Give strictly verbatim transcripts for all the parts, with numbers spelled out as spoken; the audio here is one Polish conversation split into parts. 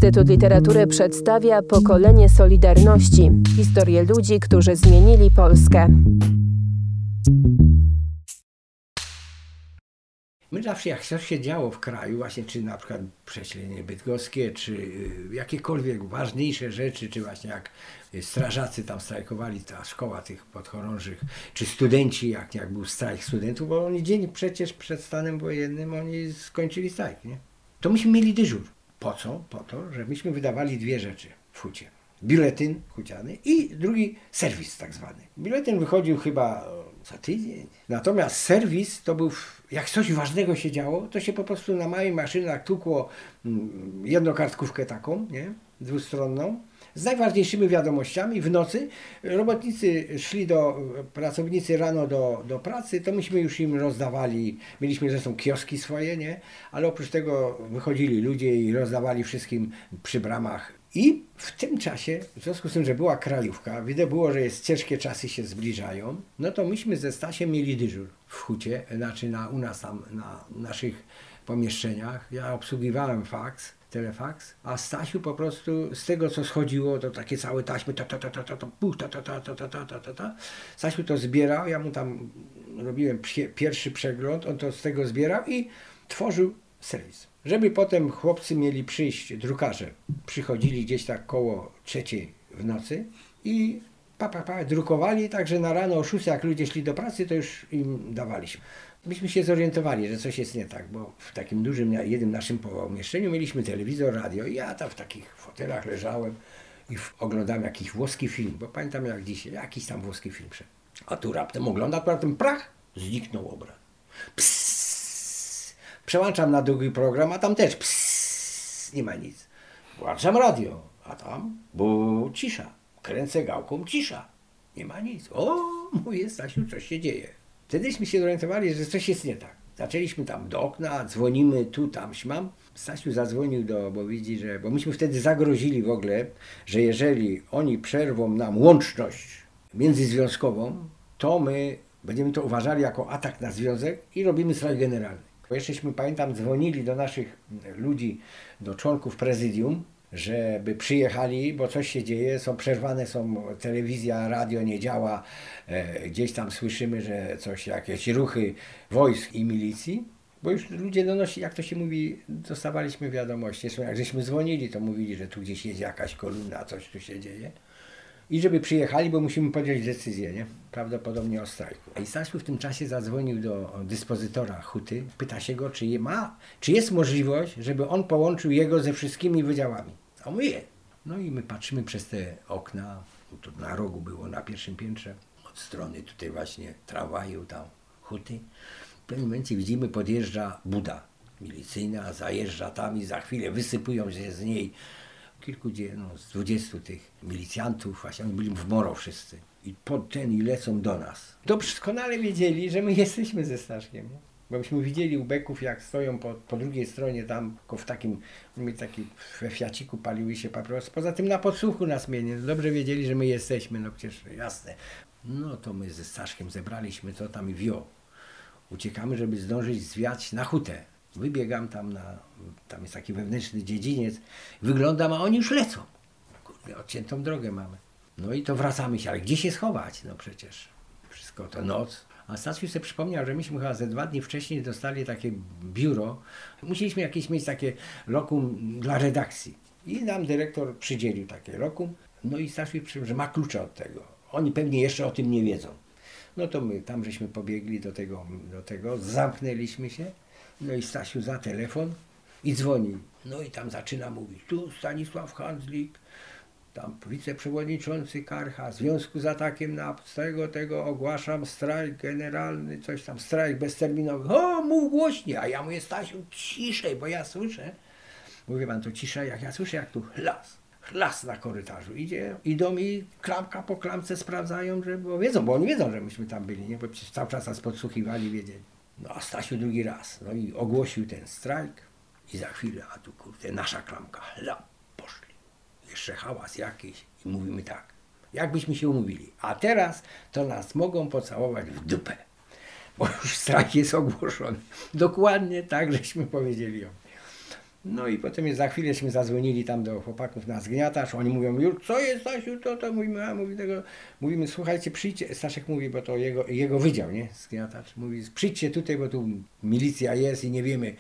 Instytut Literatury przedstawia Pokolenie Solidarności. Historię ludzi, którzy zmienili Polskę. My zawsze jak coś się działo w kraju, właśnie czy na przykład prześlenie bydgoskie, czy jakiekolwiek ważniejsze rzeczy, czy właśnie jak strażacy tam strajkowali, ta szkoła tych podchorążych, czy studenci, jak, jak był strajk studentów, bo oni dzień przecież przed stanem wojennym oni skończyli strajk, nie? To myśmy mieli dyżur. Po co? Po to, że myśmy wydawali dwie rzeczy w hucie. Biuletyn huciany i drugi serwis tak zwany. Biuletyn wychodził chyba za tydzień. Natomiast serwis to był, jak coś ważnego się działo, to się po prostu na małych maszynach tłukło jednokartkówkę taką, nie? Dwustronną, z najważniejszymi wiadomościami. W nocy robotnicy szli do, pracownicy rano do, do pracy, to myśmy już im rozdawali, mieliśmy zresztą kioski swoje, nie? Ale oprócz tego wychodzili ludzie i rozdawali wszystkim przy bramach. I w tym czasie, w związku z tym, że była krajówka, widać było, że jest ciężkie czasy się zbliżają, no to myśmy ze Stasiem mieli dyżur w hucie, znaczy na, u nas tam na naszych pomieszczeniach. Ja obsługiwałem faks, telefaks, a Stasiu po prostu z tego, co schodziło, to takie całe taśmy, ta ta ta ta ta ta ta ta ta ta ta ta ta ta ta. Stasiu to zbierał, ja mu tam robiłem pierwszy przegląd, on to z tego zbierał i tworzył serwis. Żeby potem chłopcy mieli przyjść, drukarze, przychodzili gdzieś tak koło trzeciej w nocy i pa, pa, pa, drukowali, także na rano o szóstej, jak ludzie szli do pracy, to już im dawaliśmy. Myśmy się zorientowali, że coś jest nie tak, bo w takim dużym, jednym naszym pomieszczeniu mieliśmy telewizor, radio i ja tam w takich fotelach leżałem i oglądałem jakiś włoski film, bo pamiętam jak dzisiaj, jakiś tam włoski film szedł. A tu raptem ogląda, a raptem prach, zniknął obraz. Psss. Przełączam na drugi program, a tam też psss, nie ma nic. Włączam radio, a tam bo cisza. Kręcę gałką, cisza. Nie ma nic. O, mówię, Stasiu, coś się dzieje. Wtedyśmy się zorientowali, że coś jest nie tak. Zaczęliśmy tam do okna, dzwonimy tu, tam, śmam. Stasiu zadzwonił do, bo widzi, że, bo myśmy wtedy zagrozili w ogóle, że jeżeli oni przerwą nam łączność międzyzwiązkową, to my będziemy to uważali jako atak na związek i robimy strajk generalny. Bo jeszcześmy, pamiętam, dzwonili do naszych ludzi, do członków prezydium, żeby przyjechali, bo coś się dzieje, są przerwane, są telewizja, radio nie działa, e, gdzieś tam słyszymy, że coś, jakieś ruchy wojsk i milicji, bo już ludzie donosili, jak to się mówi, dostawaliśmy wiadomości. Zresztą jak żeśmy dzwonili, to mówili, że tu gdzieś jedzie jakaś kolumna, coś tu się dzieje. I żeby przyjechali, bo musimy podjąć decyzję, nie? Prawdopodobnie o strajku. I Stasiu w tym czasie zadzwonił do dyspozytora huty, pyta się go, czy ma, czy jest możliwość, żeby on połączył jego ze wszystkimi wydziałami. A on mówi, no i my patrzymy przez te okna, to na rogu było, na pierwszym piętrze, od strony tutaj właśnie tramwaju tam huty. W pewnym momencie widzimy, podjeżdża buda milicyjna, zajeżdża tam i za chwilę wysypują się z niej kilku, no, z dwudziestu tych milicjantów, właśnie oni byli w moro wszyscy. I pod ten i lecą do nas. Doskonale wiedzieli, że my jesteśmy ze Staszkiem. Nie? Bo myśmy widzieli ubeków, jak stoją po, po drugiej stronie tam, w takim, my taki we fiaciku paliły się papierosy. Poza tym na podsłuchu nas mieli. Dobrze wiedzieli, że my jesteśmy, no przecież jasne. No to my ze Staszkiem zebraliśmy to tam i wio. Uciekamy, żeby zdążyć zwiać na hutę. Wybiegam tam na, tam jest taki wewnętrzny dziedziniec, wyglądam, a oni już lecą. Kurde, odciętą drogę mamy. No i to wracamy się, ale gdzie się schować? No przecież wszystko to noc. A Stasiu sobie przypomniał, że myśmy chyba ze dwa dni wcześniej dostali takie biuro. Musieliśmy jakieś mieć takie lokum dla redakcji. I nam dyrektor przydzielił takie lokum. No i Stasiu przypomniał, że ma klucze od tego. Oni pewnie jeszcze o tym nie wiedzą. No to my tam żeśmy pobiegli do tego, do tego, zamknęliśmy się. No i Stasiu za telefon i dzwoni. No i tam zaczyna mówić, tu Stanisław Handzlik, tam wiceprzewodniczący Karcha, w związku z atakiem na tego, tego ogłaszam strajk generalny, coś tam, strajk bezterminowy. O, mów głośniej, a ja mówię, Stasiu, ciszej, bo ja słyszę. Mówię wam, to ciszej, jak ja słyszę, jak tu chlas, chlas na korytarzu idzie. Idą i klamka po klamce sprawdzają, że, bo wiedzą, bo oni wiedzą, że myśmy tam byli, nie? Bo przecież cały czas nas podsłuchiwali, wiedzieli. No a Stasiu drugi raz, no i ogłosił ten strajk i za chwilę, a tu kurde, nasza klamka, hlap, poszli. Jeszcze hałas jakiś i mówimy tak, jakbyśmy się umówili, a teraz to nas mogą pocałować w dupę, bo już strajk jest ogłoszony. Dokładnie tak, żeśmy powiedzieli. No i potem za chwilęśmy zadzwonili tam do chłopaków na zgniatacz, oni mówią, już co jest Stasiu, to, to mówimy, a mówi tego, mówimy, słuchajcie, przyjdźcie, Staszek mówi, bo to jego, jego wydział, nie, zgniatacz, mówi, przyjdźcie tutaj, bo tu milicja jest i nie wiemy,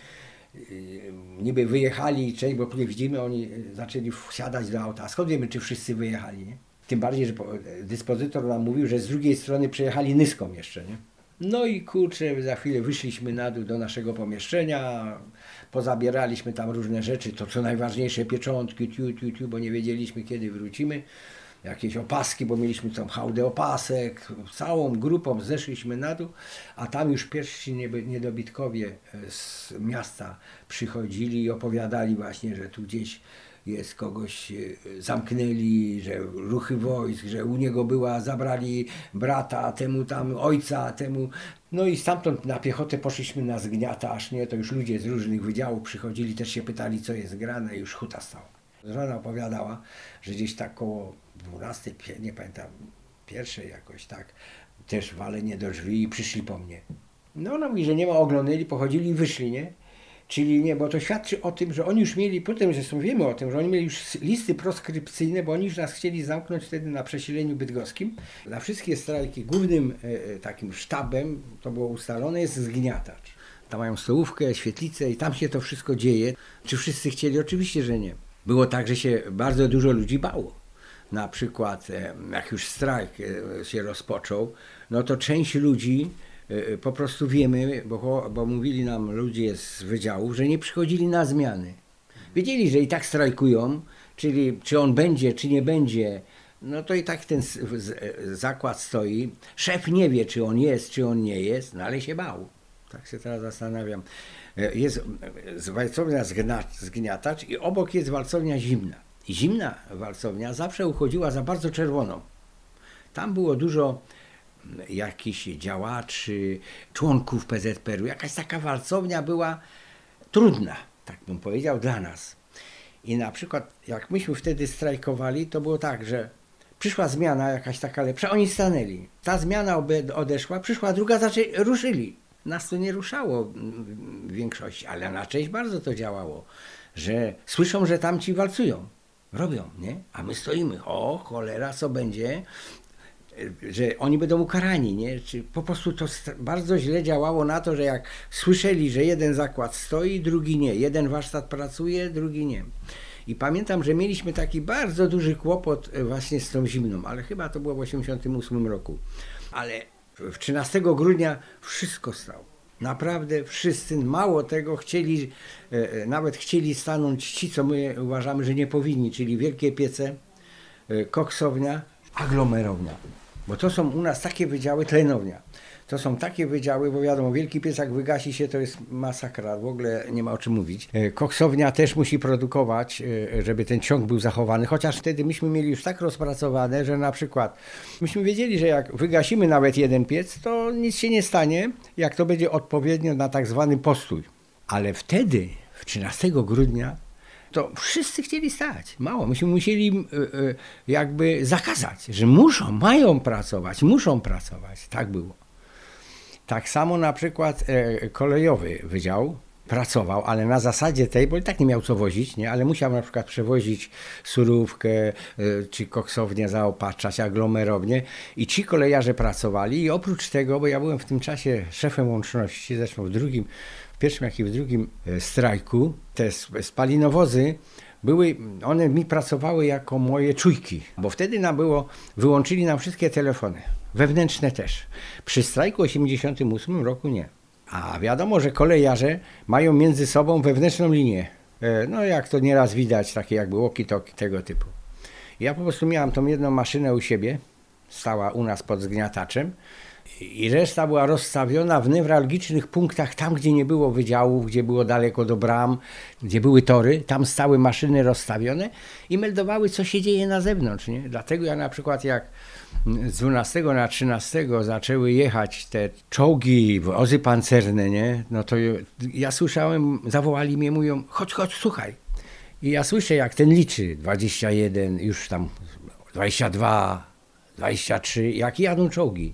niby wyjechali, czyli bo widzimy, oni zaczęli wsiadać do auta, a skąd wiemy, czy wszyscy wyjechali, nie? Tym bardziej, że dyspozytor nam mówił, że z drugiej strony przejechali Nyską jeszcze, nie? No i kurczę, za chwilę wyszliśmy na dół do naszego pomieszczenia, pozabieraliśmy tam różne rzeczy, to co najważniejsze, pieczątki, tiu, tiu, tiu, bo nie wiedzieliśmy kiedy wrócimy, jakieś opaski, bo mieliśmy tą hałdę opasek, całą grupą zeszliśmy na dół, a tam już pierwsi niedobitkowie z miasta przychodzili i opowiadali właśnie, że tu gdzieś jest kogoś zamknęli, że ruchy wojsk, że u niego była, zabrali brata, temu tam ojca, temu. No i stamtąd na piechotę poszliśmy na zgniatacz, nie? To już ludzie z różnych wydziałów przychodzili, też się pytali, co jest grane, i już huta stała. Żona opowiadała, że gdzieś tak koło dwunastej, nie pamiętam, pierwszej jakoś tak, też walenie do drzwi i przyszli po mnie. No ona mówi, że nie ma, oglądali, pochodzili i wyszli, nie? Czyli nie, bo to świadczy o tym, że oni już mieli, potem zresztą wiemy o tym, że oni mieli już listy proskrypcyjne, bo oni już nas chcieli zamknąć wtedy na przesileniu bydgoskim. Na wszystkie strajki głównym e, takim sztabem, to było ustalone, jest zgniatacz. Tam mają stołówkę, świetlicę i tam się to wszystko dzieje. Czy wszyscy chcieli? Oczywiście, że nie. Było tak, że się bardzo dużo ludzi bało. Na przykład e, jak już strajk e, się rozpoczął, no to część ludzi po prostu wiemy, bo, bo mówili nam ludzie z wydziałów, że nie przychodzili na zmiany. Wiedzieli, że i tak strajkują, czyli czy on będzie, czy nie będzie, no to i tak ten zakład stoi. Szef nie wie, czy on jest, czy on nie jest, no ale się bał. Tak się teraz zastanawiam. Jest walcownia zgniatacz i obok jest walcownia zimna. I zimna walcownia zawsze uchodziła za bardzo czerwoną. Tam było dużo jakichś działaczy, członków P Z P R u. Jakaś taka walcownia była trudna, tak bym powiedział, dla nas. I na przykład jak myśmy wtedy strajkowali, to było tak, że przyszła zmiana jakaś taka lepsza, oni stanęli. Ta zmiana odeszła, przyszła druga, zaczęli, ruszyli. Nas to nie ruszało w większości, ale na część bardzo to działało, że słyszą, że tamci walcują, robią, nie? A my stoimy, o cholera, co będzie? Że oni będą ukarani, nie? Czy po prostu to bardzo źle działało na to, że jak słyszeli, że jeden zakład stoi, drugi nie, jeden warsztat pracuje, drugi nie. I pamiętam, że mieliśmy taki bardzo duży kłopot właśnie z tą zimną, ale chyba to było w osiemdziesiątym ósmym roku. Ale trzynastego grudnia wszystko stało. Naprawdę wszyscy, mało tego, chcieli, nawet chcieli stanąć ci, co my uważamy, że nie powinni, czyli wielkie piece, koksownia, aglomerownia. Bo to są u nas takie wydziały, tlenownia. To są takie wydziały, bo wiadomo, wielki piec jak wygasi się, to jest masakra, w ogóle nie ma o czym mówić. Koksownia też musi produkować, żeby ten ciąg był zachowany, chociaż wtedy myśmy mieli już tak rozpracowane, że na przykład myśmy wiedzieli, że jak wygasimy nawet jeden piec, to nic się nie stanie, jak to będzie odpowiednio na tak zwany postój. Ale wtedy, w trzynastego grudnia, to wszyscy chcieli stać. Mało. Myśmy musieli jakby zakazać, że muszą, mają pracować, muszą pracować. Tak było. Tak samo na przykład kolejowy wydział pracował, ale na zasadzie tej, bo i tak nie miał co wozić, nie? Ale musiał na przykład przewozić surówkę, czy koksownię zaopatrzać, aglomerownię i ci kolejarze pracowali i oprócz tego, bo ja byłem w tym czasie szefem łączności, zresztą w drugim, w pierwszym jak i w drugim strajku, te spalinowozy były, one mi pracowały jako moje czujki, bo wtedy nam było, wyłączyli nam wszystkie telefony, wewnętrzne też. Przy strajku w osiemdziesiątym ósmym roku nie. A wiadomo, że kolejarze mają między sobą wewnętrzną linię. No jak to nieraz widać, takie jakby walkie-talkie tego typu. Ja po prostu miałem tą jedną maszynę u siebie, stała u nas pod zgniataczem i reszta była rozstawiona w newralgicznych punktach, tam gdzie nie było wydziałów, gdzie było daleko do bram, gdzie były tory, tam stały maszyny rozstawione i meldowały, co się dzieje na zewnątrz, nie? Dlatego ja na przykład jak z dwunastego na trzynastego zaczęły jechać te czołgi, wozy pancerne, nie? No to ja słyszałem, zawołali mnie, mówią, chodź, chodź, słuchaj. I ja słyszę, jak ten liczy, dwadzieścia jeden, już tam dwadzieścia dwa, dwadzieścia trzy, jak jadą czołgi.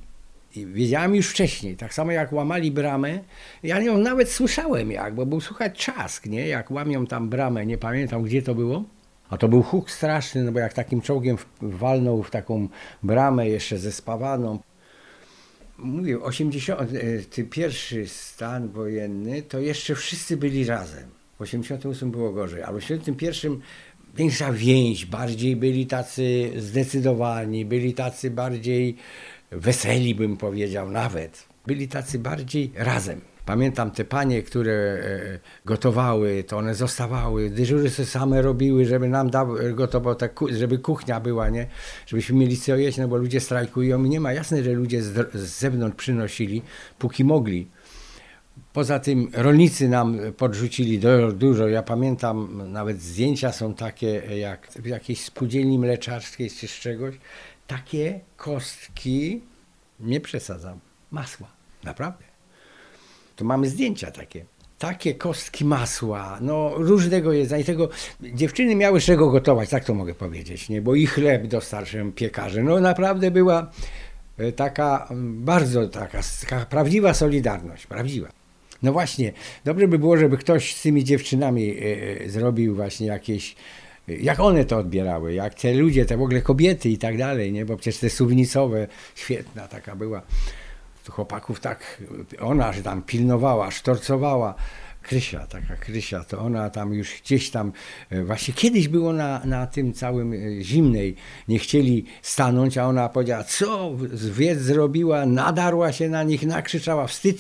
I wiedziałem już wcześniej, tak samo jak łamali bramę, ja ją nawet słyszałem jak, bo był słychać trzask, nie? Jak łamią tam bramę, nie pamiętam gdzie to było. A to był huk straszny, no bo jak takim czołgiem walnął w taką bramę jeszcze zespawaną. Mówię, osiemdziesiąty pierwszy stan wojenny, to jeszcze wszyscy byli razem. W osiemdziesiątym ósmym było gorzej, ale w osiemdziesiątym pierwszym większa więź, bardziej byli tacy zdecydowani, byli tacy bardziej weseli, bym powiedział nawet. Byli tacy bardziej razem. Pamiętam te panie, które gotowały, to one zostawały, dyżury sobie same robiły, żeby nam da, gotowo, żeby kuchnia była, nie? Żebyśmy mieli co jeść, no bo ludzie strajkują i nie ma. Jasne, że ludzie z, z zewnątrz przynosili, póki mogli. Poza tym rolnicy nam podrzucili dużo. Ja pamiętam, nawet zdjęcia są takie, jak w jakiejś spółdzielni mleczarskiej czy z czegoś, takie kostki, nie przesadzam, masła, naprawdę. To mamy zdjęcia takie. Takie kostki masła, no różnego jedzenia. Tego dziewczyny miały z czego gotować, tak to mogę powiedzieć, nie? Bo i chleb dostarczyłem piekarze. No naprawdę była taka, bardzo taka, taka prawdziwa solidarność, prawdziwa. No właśnie, dobrze by było, żeby ktoś z tymi dziewczynami y, zrobił właśnie jakieś, y, jak one to odbierały, jak te ludzie, te w ogóle kobiety i tak dalej, nie? Bo przecież te suwnicowe, świetna taka była. Chłopaków tak, ona że tam pilnowała, sztorcowała. Krysia, taka Krysia, to ona tam już gdzieś tam, właśnie kiedyś było na, na tym całym Zimnej, nie chcieli stanąć, a ona powiedziała, co wiec zrobiła, nadarła się na nich, nakrzyczała, wstyd,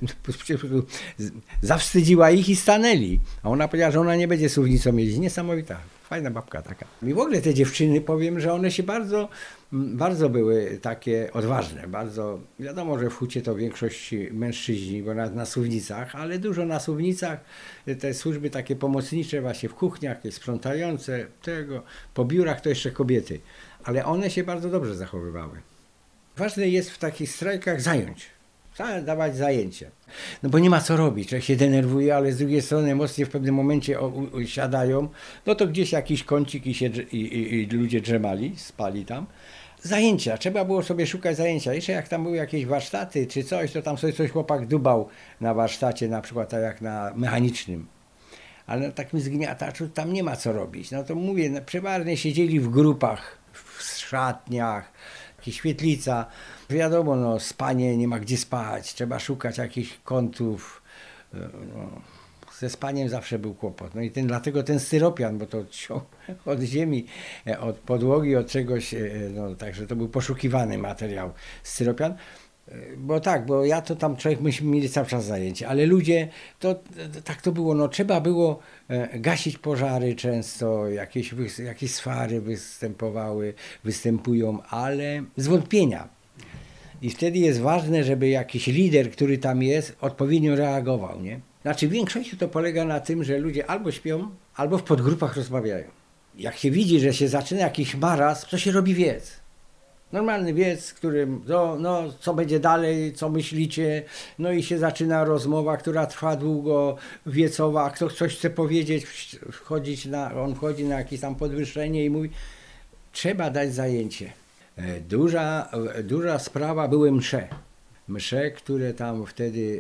zawstydziła ich i stanęli. A ona powiedziała, że ona nie będzie suwnicą jeździć. Niesamowita, fajna babka taka. I w ogóle te dziewczyny, powiem, że one się bardzo, bardzo były takie odważne, bardzo, wiadomo, że w hucie to większość mężczyźni, bo na, na suwnicach, ale dużo na suwnicach, te służby takie pomocnicze właśnie w kuchniach, sprzątające, tego, po biurach to jeszcze kobiety, ale one się bardzo dobrze zachowywały. Ważne jest w takich strajkach zająć, dawać zajęcie, no bo nie ma co robić, człowiek się denerwuje, ale z drugiej strony emocje w pewnym momencie o, u, siadają, no to gdzieś jakiś kącik i, się, i, i, i ludzie drzemali, spali tam. Zajęcia, trzeba było sobie szukać zajęcia. Jeszcze jak tam były jakieś warsztaty czy coś, to tam sobie coś chłopak dubał na warsztacie, na przykład tak jak na mechanicznym. Ale na takim zgniataczu tam nie ma co robić. No to mówię, no, przeważnie siedzieli w grupach, w szatniach, jakieś świetlica. Wiadomo, no spanie, nie ma gdzie spać, trzeba szukać jakichś kątów. No, ze spaniem zawsze był kłopot. No i ten, dlatego ten styropian, bo to od ziemi, od podłogi, od czegoś, no także to był poszukiwany materiał styropian. Bo tak, bo ja to tam człowiek, myśmy mieli cały czas zajęcie, ale ludzie, to tak to było, no trzeba było gasić pożary często, jakieś, jakieś swary występowały, występują, ale z wątpienia. I wtedy jest ważne, żeby jakiś lider, który tam jest, odpowiednio reagował, nie? Znaczy w większości to polega na tym, że ludzie albo śpią, albo w podgrupach rozmawiają. Jak się widzi, że się zaczyna jakiś marazm, to się robi wiec. Normalny wiec, którym, no, no co będzie dalej, co myślicie, no i się zaczyna rozmowa, która trwa długo, wiecowa, kto coś chce powiedzieć, wchodzić na, on wchodzi na jakieś tam podwyższenie i mówi, trzeba dać zajęcie. Duża, duża sprawa były msze. Msze, które tam wtedy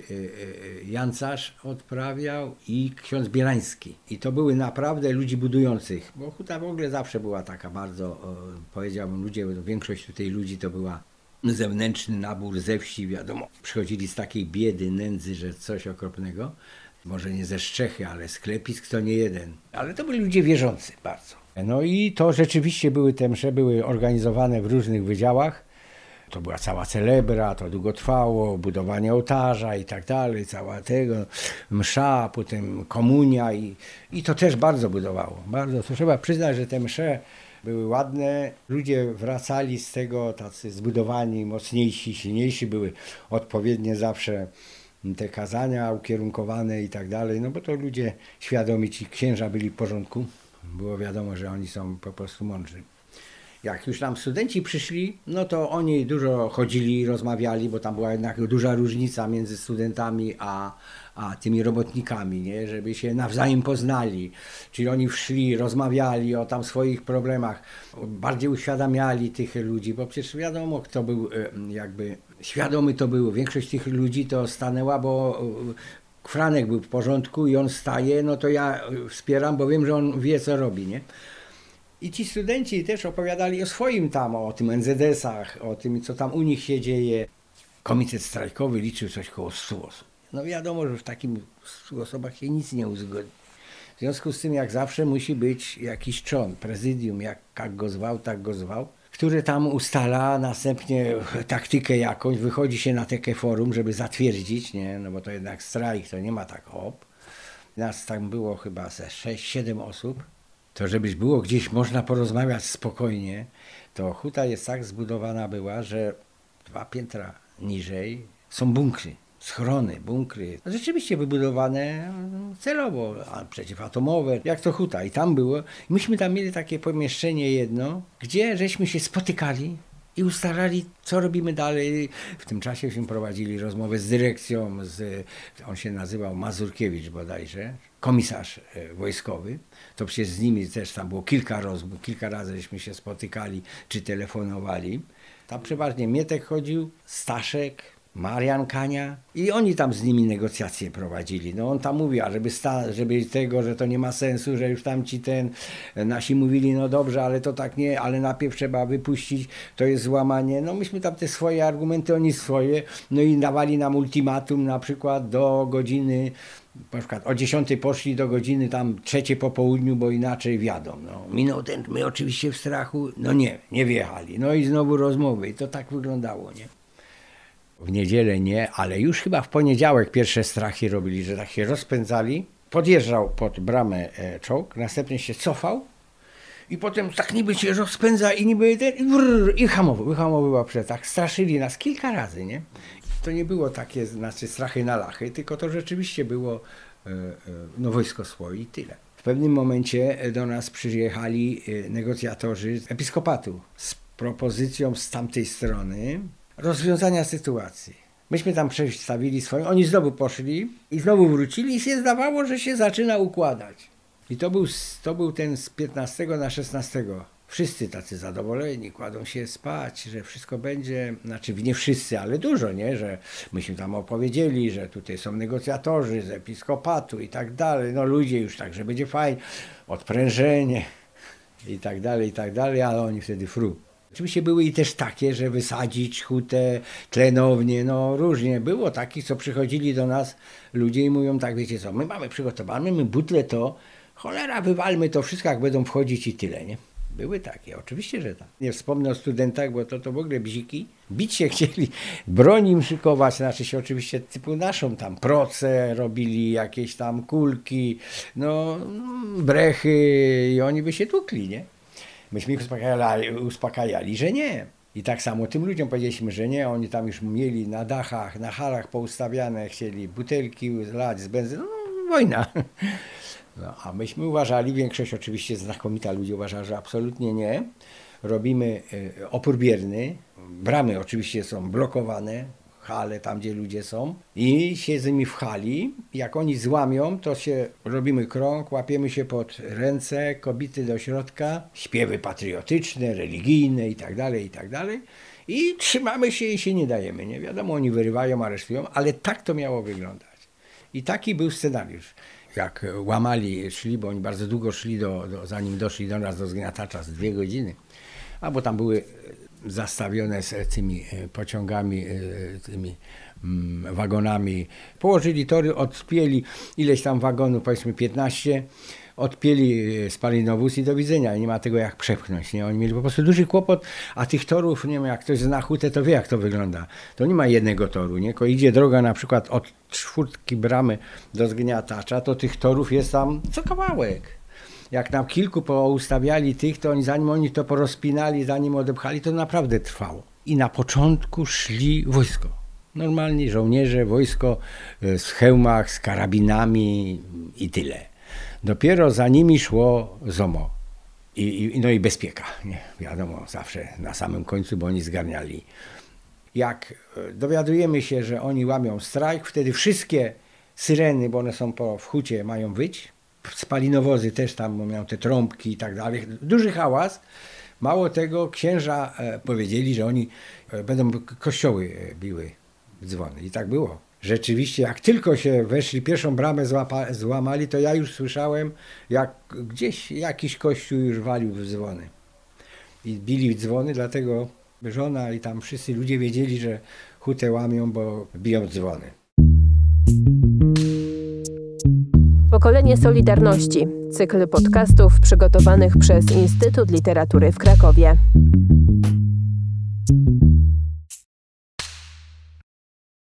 Jancarz odprawiał i ksiądz Bielański. I to były naprawdę ludzi budujących, bo huta w ogóle zawsze była taka bardzo, powiedziałbym, ludzie, większość tutaj ludzi to była zewnętrzny nabór ze wsi, wiadomo. Przychodzili z takiej biedy, nędzy, że coś okropnego. Może nie ze Szczechy, ale sklepisk to nie jeden. Ale to byli ludzie wierzący bardzo. No i to rzeczywiście były te msze, były organizowane w różnych wydziałach. To była cała celebra, to długo trwało, budowanie ołtarza i tak dalej, cała tego, msza, potem komunia i, i to też bardzo budowało. Bardzo, to trzeba przyznać, że te msze były ładne, ludzie wracali z tego tacy zbudowani, mocniejsi, silniejsi, były odpowiednie zawsze te kazania ukierunkowane i tak dalej, no bo to ludzie świadomi, ci księża byli w porządku, było wiadomo, że oni są po prostu mądrzy. Jak już tam studenci przyszli, no to oni dużo chodzili, rozmawiali, bo tam była jednak duża różnica między studentami a, a tymi robotnikami, nie? Żeby się nawzajem poznali. Czyli oni wszli, rozmawiali o tam swoich problemach, bardziej uświadamiali tych ludzi, bo przecież wiadomo, kto był jakby świadomy to było. Większość tych ludzi to stanęła, bo Franek był w porządku i on staje, no to ja wspieram, bo wiem, że on wie, co robi, nie? I ci studenci też opowiadali o swoim tam, o tym en zet esach, o tym, co tam u nich się dzieje. Komitet strajkowy liczył coś koło stu osób. No wiadomo, że w takim stu osobach się nic nie uzgodni. W związku z tym, jak zawsze, musi być jakiś człon, prezydium, jak, jak go zwał, tak go zwał, który tam ustala następnie taktykę jakąś, wychodzi się na takie forum, żeby zatwierdzić, nie, no bo to jednak strajk, to nie ma tak hop. Nas tam było chyba ze sześć siedem osób. To żeby było gdzieś można porozmawiać spokojnie, to huta jest tak zbudowana była, że dwa piętra niżej są bunkry, schrony, bunkry. Rzeczywiście wybudowane celowo, a przeciwatomowe, jak to huta. I tam było. Myśmy tam mieli takie pomieszczenie jedno, gdzie żeśmy się spotykali i ustalali, co robimy dalej. W tym czasie prowadzili rozmowę z dyrekcją, z, on się nazywał Mazurkiewicz bodajże, komisarz wojskowy. To przecież z nimi też tam było kilka rozmów, kilka razy żeśmy się spotykali czy telefonowali. Tam przeważnie Mietek chodził, Staszek, Marian Kania i oni tam z nimi negocjacje prowadzili. No on tam mówił, a żeby, sta, żeby tego, że to nie ma sensu, że już tam ci ten, nasi mówili, no dobrze, ale to tak nie, ale najpierw trzeba wypuścić, to jest złamanie. No myśmy tam te swoje argumenty, oni swoje, no i dawali nam ultimatum na przykład do godziny, na przykład o dziesiątej poszli do godziny tam trzeciej po południu, bo inaczej wjadą. No, minął ten, my oczywiście w strachu, no nie, nie wjechali. No i znowu rozmowy i to tak wyglądało, nie? W niedzielę nie, ale już chyba w poniedziałek pierwsze strachy robili, że tak się rozpędzali. Podjeżdżał pod bramę e, czołg, następnie się cofał i potem tak niby się rozpędza i niby ten, i, brrr, i hamował, wyhamowywał przed, tak straszyli nas kilka razy, nie? To nie było takie, znaczy strachy na lachy, tylko to rzeczywiście było e, e, no wojsko swoje i tyle. W pewnym momencie do nas przyjechali e, negocjatorzy z episkopatu z propozycją z tamtej strony rozwiązania sytuacji. Myśmy tam przedstawili swoje, oni znowu poszli i znowu wrócili i się zdawało, że się zaczyna układać. I to był, to był ten z piętnastego na szesnastego. Wszyscy tacy zadowoleni, kładą się spać, że wszystko będzie, znaczy nie wszyscy, ale dużo, nie, że myśmy tam opowiedzieli, że tutaj są negocjatorzy z episkopatu i tak dalej, no ludzie już tak, że będzie fajnie, odprężenie i tak dalej, i tak dalej, ale oni wtedy fru. Oczywiście były i też takie, że wysadzić hutę, tlenownię, no różnie. Było takich, co przychodzili do nas ludzie i mówią tak, wiecie co, my mamy przygotowane, my butle to, cholera, wywalmy to wszystko, jak będą wchodzić i tyle, nie? Były takie, oczywiście, że tak. Nie wspomnę o studentach, bo to, to w ogóle bziki. Bić się chcieli, broń im szykować, znaczy się oczywiście typu naszą tam proce, robili jakieś tam kulki, no brechy i oni by się tłukli, nie? Myśmy ich uspokajali, uspokajali, że nie. I tak samo tym ludziom powiedzieliśmy, że nie. Oni tam już mieli na dachach, na halach poustawiane, chcieli butelki lać z benzyną. No, wojna. No, a myśmy uważali, większość oczywiście znakomita ludzi uważała, że absolutnie nie. Robimy y, opór bierny. Bramy oczywiście są blokowane. Hale, tam gdzie ludzie są i siedzimy w hali, jak oni złamią, to się robimy krąg, łapiemy się pod ręce, kobiety do środka, śpiewy patriotyczne, religijne i tak dalej, i tak dalej i trzymamy się i się nie dajemy, nie wiadomo, oni wyrywają, aresztują, ale tak to miało wyglądać i taki był scenariusz. Jak łamali, szli, bo oni bardzo długo szli, do, do, zanim doszli do nas, do zgniatacza, z dwie godziny, a bo tam były zastawione z tymi pociągami, tymi wagonami. Położyli tory, odpięli ileś tam wagonów, powiedzmy piętnaście, odpięli spalinowóz i do widzenia. Nie ma tego jak przepchnąć. Nie? Oni mieli po prostu duży kłopot, a tych torów, nie wiem, jak ktoś zna hutę, to wie jak to wygląda. To nie ma jednego toru. Nie? Tylko idzie droga na przykład od czwórtki bramy do zgniatacza, to tych torów jest tam co kawałek. Jak nam kilku poustawiali tych, to oni, zanim oni to porozpinali, zanim odepchali, to naprawdę trwało. I na początku szli wojsko. Normalni żołnierze, wojsko w hełmach, z karabinami i tyle. Dopiero za nimi szło ZOMO. I, i, no i bezpieka. Nie? Wiadomo, zawsze na samym końcu, bo oni zgarniali. Jak dowiadujemy się, że oni łamią strajk, wtedy wszystkie syreny, bo one są po w hucie, mają wyć. Spalinowozy też tam miał te trąbki i tak dalej. Duży hałas. Mało tego, księża e, powiedzieli, że oni e, będą kościoły e, biły w dzwony. I tak było. Rzeczywiście, jak tylko się weszli, pierwszą bramę złapa, złamali, to ja już słyszałem, jak gdzieś jakiś kościół już walił w dzwony. I bili w dzwony, dlatego żona i tam wszyscy ludzie wiedzieli, że hutę łamią, bo biją dzwony. Pokolenie Solidarności. Cykl podcastów przygotowanych przez Instytut Literatury w Krakowie.